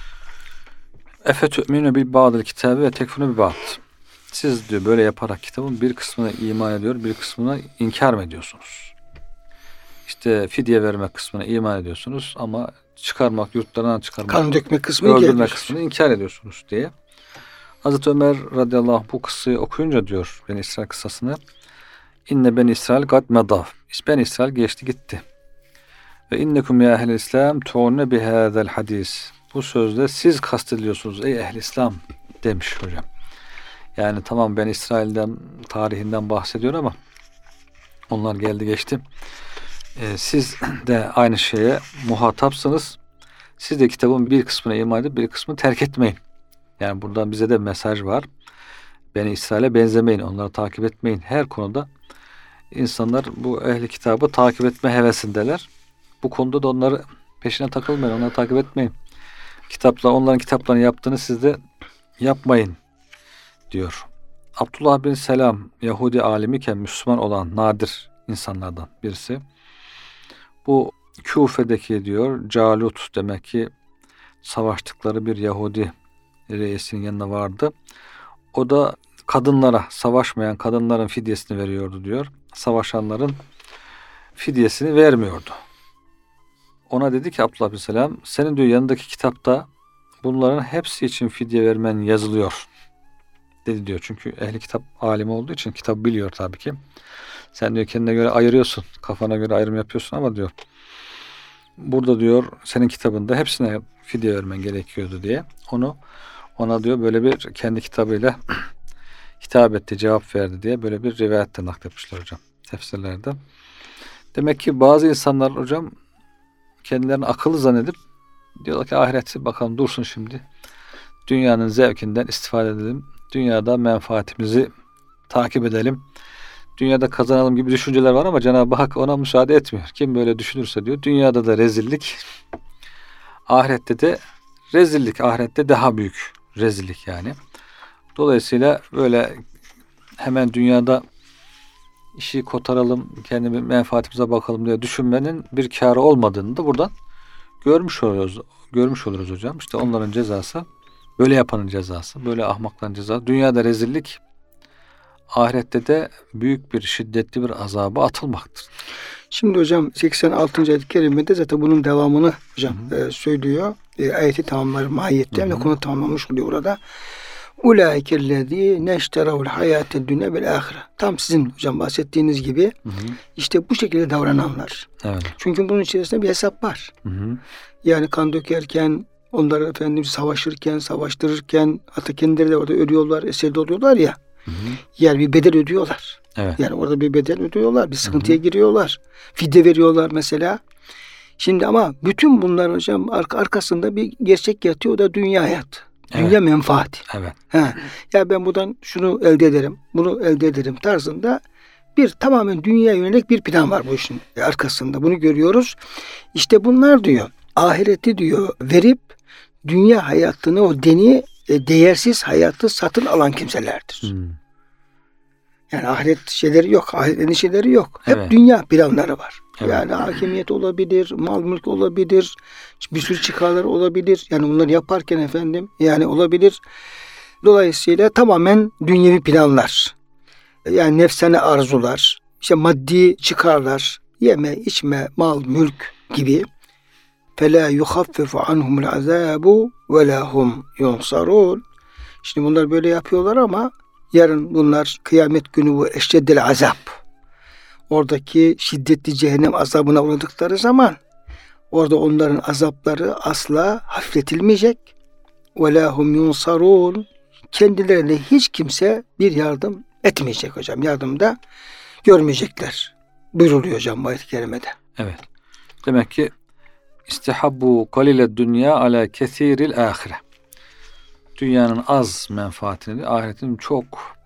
Speaker 2: Efe tü'minu bil ba'dil kitabı ve tekfunu bil ba'd. Siz diyor böyle yaparak kitabın bir kısmına iman ediyor, bir kısmına inkar mı ediyorsunuz? İşte fidye vermek kısmına iman ediyorsunuz ama çıkarmak, yurtlarından çıkarmak,
Speaker 1: Kan dökme kısmını
Speaker 2: öldürme
Speaker 1: inkar
Speaker 2: kısmını inkar ediyorsunuz diye. Hazreti Ömer radıyallahu anh bu kıssayı okuyunca diyor Beni İsrail kıssasını İnne ben İsrail gad medav. Ben İsrail geçti gitti. Ve innekum ya ehl-i İslam tu'ne bihâzel hadis. Bu sözde siz kastediyorsunuz ey ehl-i İslam demiş hocam. Yani tamam ben İsrail'den, tarihinden bahsediyor ama onlar geldi geçti. Ee, siz de aynı şeye muhatapsınız. Siz de kitabın bir kısmını iman edip bir kısmını terk etmeyin. Yani buradan bize de mesaj var. Beni İsrail'e benzemeyin, onları takip etmeyin. Her konuda insanlar bu ehli kitabı takip etme hevesindeler. Bu konuda da onları peşine takılmayın, onları takip etmeyin. Kitapla, onların kitaplarını yaptığını siz de yapmayın diyor. Abdullah bin Selam Yahudi alimiken Müslüman olan nadir insanlardan birisi. Bu Küfe'deki diyor Calut demek ki savaştıkları bir Yahudi reisinin yanına vardı. O da kadınlara, savaşmayan kadınların fidyesini veriyordu diyor. Savaşanların fidyesini vermiyordu. Ona dedi ki Abdullah bin Selam, senin diyor yanındaki kitapta bunların hepsi için fidye vermen yazılıyor dedi diyor. Çünkü ehli kitap alimi olduğu için kitabı biliyor tabii ki. Sen diyor kendine göre ayırıyorsun, kafana göre ayrım yapıyorsun ama diyor burada diyor senin kitabında hepsine fidye vermen gerekiyordu diye onu ona diyor böyle bir kendi kitabıyla hitap etti, cevap verdi diye böyle bir rivayette nakletmişler hocam tefsirlerde. Demek ki bazı insanlar hocam kendilerini akıllı zannedip diyorlar ki ahireti bakalım dursun şimdi. Dünyanın zevkinden istifade edelim. Dünyada menfaatimizi takip edelim. Dünyada kazanalım gibi düşünceler var ama Cenab-ı Hak ona müsaade etmiyor. Kim böyle düşünürse diyor dünyada da rezillik, ahirette de rezillik, ahirette daha büyük rezillik yani. Dolayısıyla böyle hemen dünyada işi kotaralım, kendi menfaatimize bakalım diye düşünmenin bir kârı olmadığını da buradan görmüş oluyoruz. Görmüş oluruz hocam. İşte onların cezası, böyle yapanın cezası, böyle ahmakların cezası. Dünyada rezillik, ahirette de büyük bir şiddetli bir azaba atılmaktır.
Speaker 1: Şimdi hocam seksen altıncı ayet-i kerimede zaten bunun devamını hocam e, söylüyor. E, ayeti tamamlar mahiyette hem de konu tamamlamış oluyor orada. Ulaikellezî neşteravul hayâted dünya vel âhire. Tam sizin hocam bahsettiğiniz gibi hı hı. işte bu şekilde davrananlar. Evet. Çünkü bunun içerisinde bir hesap var. Hı hı. Yani kan dökerken, onları efendim savaşırken, savaştırırken hatta kendileri de orada ölüyorlar, esirde oluyorlar ya. Hı hı. Yani bir bedel ödüyorlar. Evet. Yani orada bir bedel ödüyorlar, bir sıkıntıya hı hı. giriyorlar. Fidye veriyorlar mesela. Şimdi ama bütün bunlar hocam arkasında bir gerçek yatıyor, o da dünya hayatı. Dünya evet. menfaati. Evet. Ha. Ya ben buradan şunu elde ederim, bunu elde ederim tarzında bir tamamen dünya yönelik bir plan var bu işin arkasında. Bunu görüyoruz. İşte bunlar diyor, ahireti diyor verip dünya hayatını, o deni değersiz hayatı satın alan kimselerdir. Hmm. Yani ahiret şeyleri yok, ahiret endişeleri yok. Hep evet. dünya planları var. Evet. Yani hakimiyet olabilir, mal mülk olabilir, bir sürü çıkarlar olabilir. Yani bunları yaparken efendim yani olabilir. Dolayısıyla tamamen dünyevi planlar. Yani nefsane arzular, işte maddi çıkarlar, yeme, içme, mal, mülk gibi. فَلَا يُخَفِّفُ عَنْهُمُ الْعَذَابُ وَلَا هُمْ يُنْصَرُونَ. Şimdi bunlar böyle yapıyorlar ama yarın bunlar kıyamet günü bu eşceddel azap, oradaki şiddetli cehennem azabına uğradıkları zaman orada onların azapları asla hafifletilmeyecek. وَلَا هُمْ يُنْصَرُونَ. Kendilerine hiç kimse bir yardım etmeyecek hocam. Yardımda görmeyecekler. Buyruluyor hocam ayet-i kerimede.
Speaker 2: Evet. Demek ki İstihabbu kalile dünya ala kesiril ahire. Dünyanın az menfaatini ahiretin çok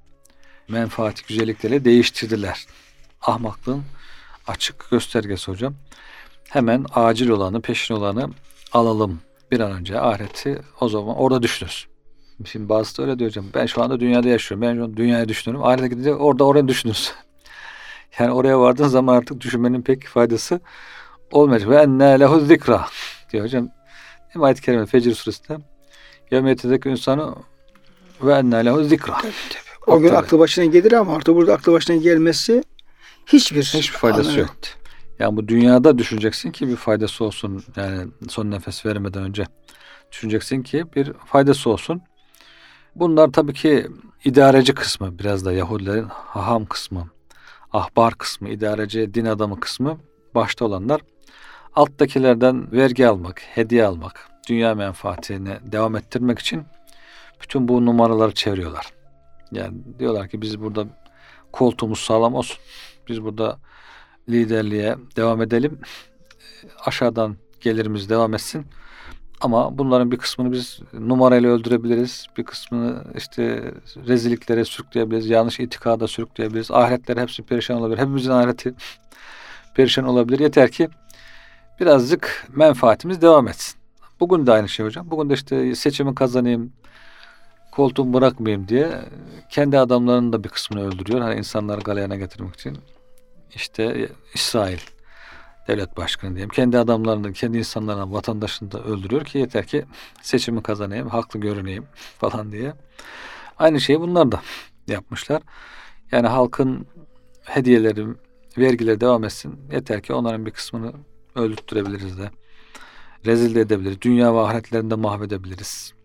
Speaker 2: menfaati güzellikleriyle değiştirdiler. Ahmaklığın açık göstergesi hocam. Hemen acil olanı, peşin olanı alalım bir an önce, ahireti o zaman orada düşünürüz. Şimdi bazısı da öyle diyor hocam. Ben şu anda dünyada yaşıyorum. Ben şu an dünyaya düşünüyorum. Ahirete gidince orada oraya düşünürüz. Yani oraya vardığın zaman artık düşünmenin pek faydası olmayacak. Ve enne lehu zikra diyor hocam. Hem ayet-i kerime Fecr suresinde yevmiyetedeki insanı ve enne lehu zikra.
Speaker 1: O gün aklı başına gelir ama artık burada aklı başına gelmesi hiçbir
Speaker 2: hiçbir faydası anı, yok. Evet. Yani bu dünyada düşüneceksin ki bir faydası olsun. Yani son nefes vermeden önce düşüneceksin ki bir faydası olsun. Bunlar tabii ki idareci kısmı, biraz da Yahudilerin haham kısmı, ahbar kısmı, idareci, din adamı kısmı başta olanlar alttakilerden vergi almak, hediye almak, dünya menfaatini devam ettirmek için bütün bu numaraları çeviriyorlar. Yani diyorlar ki biz burada koltuğumuz sağlam olsun. Biz burada liderliğe devam edelim. Aşağıdan gelirimiz devam etsin. Ama bunların bir kısmını biz numarayla öldürebiliriz. Bir kısmını işte rezilliklere sürükleyebiliriz. Yanlış itikada sürükleyebiliriz. Ahiretler hepsi perişan olabilir. Hepimizin ahireti perişan olabilir. Yeter ki birazcık menfaatimiz devam etsin. Bugün de aynı şey hocam. Bugün de işte seçimi kazanayım, koltuğumu bırakmayayım diye kendi adamlarının da bir kısmını öldürüyor. Hani insanları galeyana getirmek için. İşte İsrail devlet başkanı diyeyim. Kendi adamlarını, kendi insanlarını, vatandaşını da öldürüyor ki yeter ki seçimi kazanayım, haklı görüneyim falan diye. Aynı şeyi bunlar da yapmışlar. Yani halkın hediyeleri, vergileri devam etsin. Yeter ki onların bir kısmını öldürttürebiliriz de. Rezil de edebiliriz. Dünya ve ahiretlerinde mahvedebiliriz.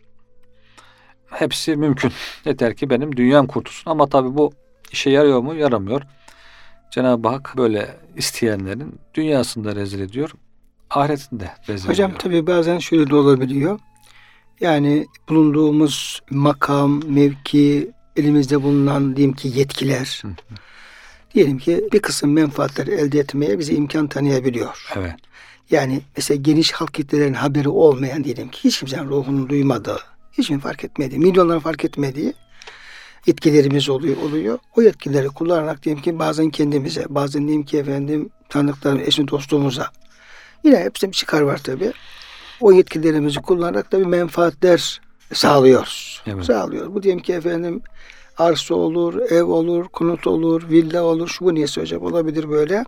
Speaker 2: Hepsi mümkün. Yeter ki benim dünyam kurtulsun. Ama tabii bu işe yarıyor mu? Yaramıyor. Cenab-ı Hak böyle isteyenlerin dünyasında rezil ediyor, ahiretinde rezil
Speaker 1: Hocam,
Speaker 2: ediyor.
Speaker 1: tabii bazen şöyle de olabiliyor. Yani bulunduğumuz makam, mevki, elimizde bulunan diyelim ki yetkiler,
Speaker 2: Hı hı. diyelim ki bir kısım menfaatleri elde etmeye bize imkan tanıyabiliyor.
Speaker 1: Evet.
Speaker 2: Yani mesela geniş halk kitlelerinin haberi olmayan diyelim ki hiç kimsenin ruhunu duymadığı, hiç kimsenin fark etmediği, milyonların fark etmediği yetkilerimiz oluyor, oluyor. O yetkileri kullanarak diyelim ki bazen kendimize, bazen diyelim ki efendim tanıdıklarım, eşim, dostumuza, yine hepsinde bir çıkar var tabii. O yetkilerimizi kullanarak da bir menfaatler sağlıyoruz.
Speaker 1: Evet.
Speaker 2: Sağlıyoruz. Bu diyelim ki efendim arsa olur, ev olur, konut olur, villa olur. Şu bu niyesi hocam olabilir böyle.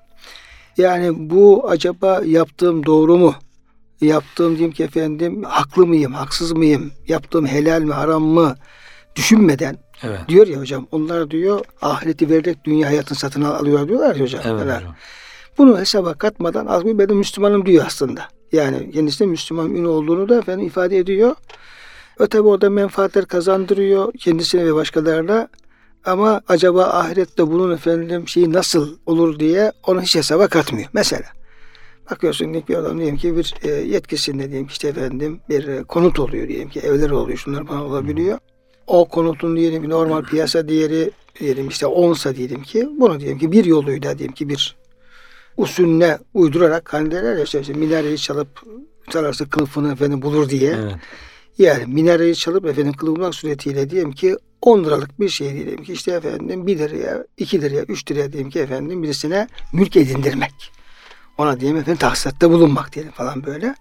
Speaker 2: Yani bu acaba yaptığım doğru mu? Yaptığım diyelim ki efendim haklı mıyım, haksız mıyım? Yaptığım helal mi, haram mı? Düşünmeden
Speaker 1: Evet.
Speaker 2: diyor ya hocam. Onlar diyor ahireti vererek dünya hayatını satın alıyor diyorlar ya hocam.
Speaker 1: Evet,
Speaker 2: Yani
Speaker 1: hocam.
Speaker 2: bunu hesaba katmadan az bir ben Müslümanım diyor aslında. Yani kendisine Müslüman ün olduğunu da efendim ifade ediyor. O tabi orada menfaatler kazandırıyor kendisine ve başkalarına. Ama acaba ahirette bunun efendim şeyi nasıl olur diye onu hiç hesaba katmıyor. Mesela bakıyorsun diyelim ki adam diyelim ki bir e, yetkisinde diyelim ki işte efendim bir e, konut oluyor diyelim ki evler oluyor şunlar falan olabiliyor. O konutun diyelim ki normal piyasa değeri diyelim işte onsa diyelim ki bunu diyelim ki bir yoluyla diyelim ki bir usulüne uydurarak hani derler ya işte, işte minareyi çalıp çalarsa kılıfını efendim bulur diye.
Speaker 1: Evet.
Speaker 2: Yani minareyi çalıp efendim kılıf bulmak suretiyle diyelim ki on liralık bir şey diyelim ki işte efendim bir liraya, iki liraya, üç liraya diyelim ki efendim birisine mülk edindirmek. Ona diyelim efendim tahsilatta bulunmak diyelim falan böyle.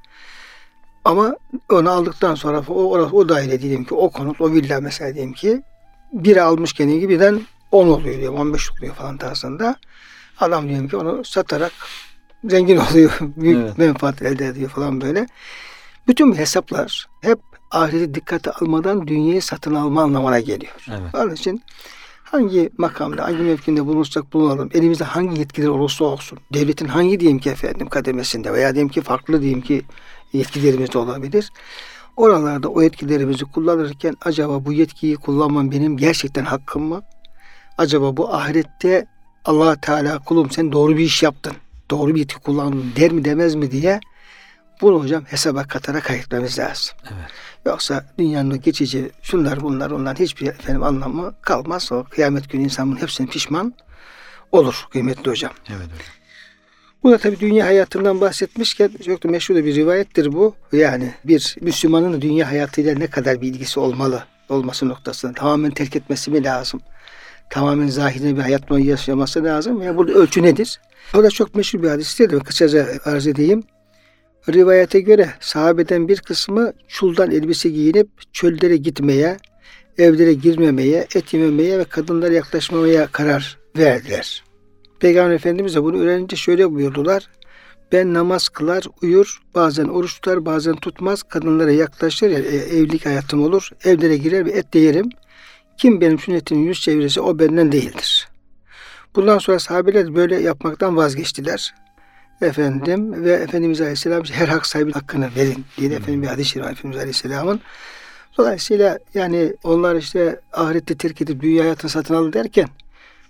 Speaker 2: Ama onu aldıktan sonra o, orası, o daire diyelim ki o konut, o villa mesela diyelim ki biri almışken gibi birden on oluyor diyelim, on beş oluyor falan tarzında. Adam diyelim ki onu satarak zengin oluyor. Büyük
Speaker 1: Evet.
Speaker 2: menfaat elde ediyor falan böyle. Bütün bu hesaplar hep ahireti dikkate almadan dünyayı satın alma anlamına geliyor.
Speaker 1: Evet.
Speaker 2: Onun için hangi makamda, hangi mevkinde bulunursak bulunalım, elimizde hangi yetkiler olursa olsun, devletin hangi diyelim ki efendim kademesinde veya diyelim ki farklı diyelim ki yetkilerimiz de olabilir. Oralarda o yetkilerimizi kullanırken acaba bu yetkiyi kullanmam benim gerçekten hakkım mı? Acaba bu ahirette Allah Teala kulum sen doğru bir iş yaptın, doğru bir yetki kullandın der mi demez mi diye bunu hocam hesaba katarak ayırmamız lazım.
Speaker 1: Evet.
Speaker 2: Yoksa dünyanın geçici şunlar bunlar onların hiçbir efendim anlamı kalmaz. O kıyamet günü insan bunun hepsine pişman olur kıymetli hocam.
Speaker 1: Evet hocam.
Speaker 2: Bu da tabii dünya hayatından bahsetmişken çok da meşhur bir rivayettir bu. Yani bir Müslümanın dünya hayatıyla ne kadar bir ilgisi olmalı olması noktasında tamamen terk etmesi mi lazım? Tamamen zahiri bir hayat mı yaşaması lazım? Veya burada ölçü nedir? O da çok meşhur bir hadistir de kısaca arz edeyim. Rivayete göre sahabeden bir kısmı çuldan elbise giyinip çöllere gitmeye, evlere girmemeye, et yememeye ve kadınlara yaklaşmamaya karar verdiler. Peygamber Efendimiz de bunu öğrenince şöyle buyurdular. Ben namaz kılar, uyur, bazen oruç tutar, bazen tutmaz, kadınlara yaklaşır, yani evlilik hayatım olur, evlere girer ve et de yerim. Kim benim sünnetimi yüz çevirirse o benden değildir. Bundan sonra sahabeler böyle yapmaktan vazgeçtiler. Efendim ve Efendimiz Aleyhisselam her hak sahibi hakkını verin diye de efendim bir hadis-i şerif Efendimiz Aleyhisselam'ın. Dolayısıyla yani onlar işte ahirette terk edip dünya hayatını satın alır derken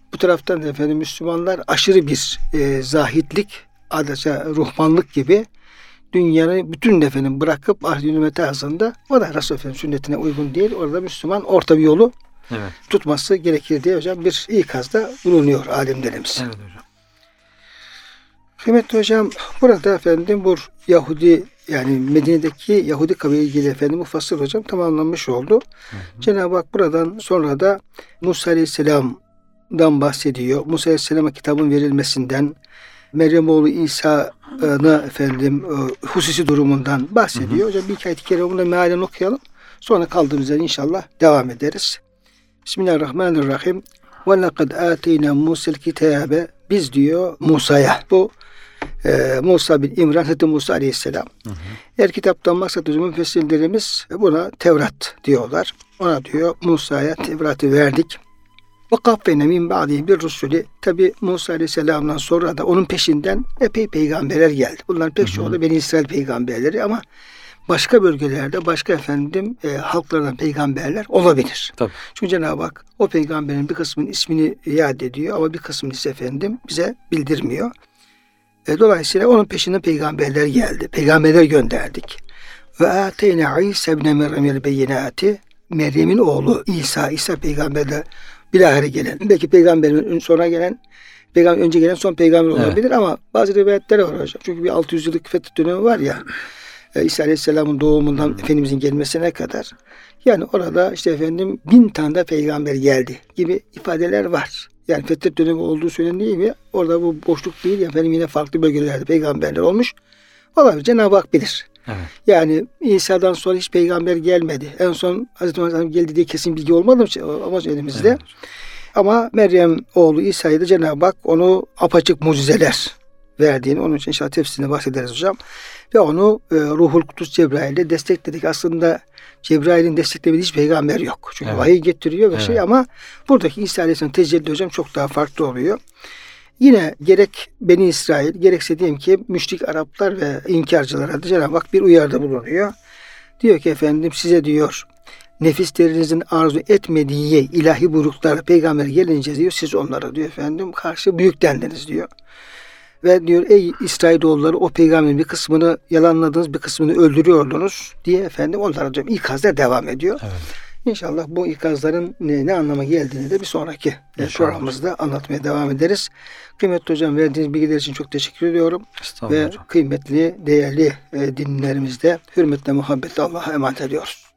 Speaker 1: Bu taraftan da efendim Müslümanlar aşırı bir e, zahitlik, adeta ruhbanlık gibi dünyanın bütün efendim bırakıp ahli ümmete aslında o da Resul Efendimiz sünnetine uygun değil. Orada Müslüman orta bir yolu evet. tutması gerekir diye hocam bir ikazda bulunuyor alimlerimiz. Evet hocam. Kıymetli hocam, burada efendim bu Yahudi, yani Medine'deki Yahudi kavmiyle ilgili efendim mufassır hocam tamamlanmış oldu. Hı hı. Cenab-ı Hak buradan sonra da Musa Aleyhisselam'dan bahsediyor. Musa Aleyhisselam'a kitabın verilmesinden, Meryem oğlu İsa'nın efendim hususi durumundan bahsediyor. Hı hı. Hocam bir iki ayet-i kerime bunu mealen okuyalım. Sonra kaldığımız yerden inşallah devam ederiz. Bismillahirrahmanirrahim. Ve lekad âteyna Musa'l kitâbe. Biz diyor Musa'ya. Bu e, Musa bin İmran, Hazreti Musa Aleyhisselam. Hı hı. Her kitaptan maksat müfessirlerimiz buna Tevrat diyorlar. Ona diyor Musa'ya Tevrat'ı verdik. Ve kaffeyne min ba'dihi bir rusulü. Tabi Musa Aleyhisselam'dan sonra da onun peşinden epey peygamberler geldi. Bunların pek çoğu da Beni İsrail peygamberleri ama başka bölgelerde başka efendim e, halklardan peygamberler olabilir. Tabii. Çünkü Cenab-ı Hak o peygamberin bir kısmının ismini iade ediyor ama bir kısmını ise efendim bize bildirmiyor. E, dolayısıyla onun peşinden peygamberler geldi. Peygamberler gönderdik. Ve ateyna İsa ibn Meryem'el beyinati. Meryem'in oğlu İsa, İsa peygamberle bilahare gelen, belki peygamberin sonra gelen, peygamber önce gelen son peygamber olabilir evet. ama bazı rivayetler var hocam. Çünkü bir altı yüz yıllık fetih dönemi var ya. İsa Aleyhisselam'ın doğumundan hmm. Efendimizin gelmesine kadar. Yani orada işte efendim bin tane de peygamber geldi gibi ifadeler var. Yani fetih dönemi olduğu söyleniyor mi? Orada bu boşluk değil. Efendim yine farklı bölgelerde peygamberler olmuş. Olabilir. Cenab-ı Hak bilir. Evet. Yani İsa'dan sonra hiç peygamber gelmedi. En son Hazreti Muhammed geldi diye kesin bilgi olmadı ama elimizde. Evet. Ama Meryem oğlu İsa'yı da Cenab-ı Hak onu apaçık mucizeler verdiğini, onun için inşallah tefsirine bahsederiz hocam. Ve onu e, Ruhul Kudüs Cebrail'le destekledik. Aslında Cebrail'in desteklemediği hiç peygamber yok. Çünkü evet. vahiy getiriyor ve evet. şey ama buradaki İsa Aleyhisselam tecelli hocam çok daha farklı oluyor. Yine gerek Beni İsrail, gerekse diyelim ki müşrik Araplar ve inkarcılara da Cenab-ı Hak bir uyarıda bulunuyor. Diyor ki efendim size diyor nefislerinizin arzu etmediği ilahi buyruklarla peygamber gelince diyor siz onlara diyor efendim karşı büyük dendiniz diyor. Ve diyor ey İsrailoğulları o peygamberin bir kısmını yalanladınız, bir kısmını öldürüyordunuz diye efendim onlara diyor ikazlar devam ediyor. Evet. İnşallah bu ikazların ne, ne anlama geldiğini de bir sonraki İnşallah. programımızda anlatmaya devam ederiz. Kıymetli hocam verdiğiniz bilgiler için çok teşekkür ediyorum. Ve hocam. Kıymetli, değerli e, dinlerimizde hürmetle, muhabbetle Allah'a emanet ediyoruz.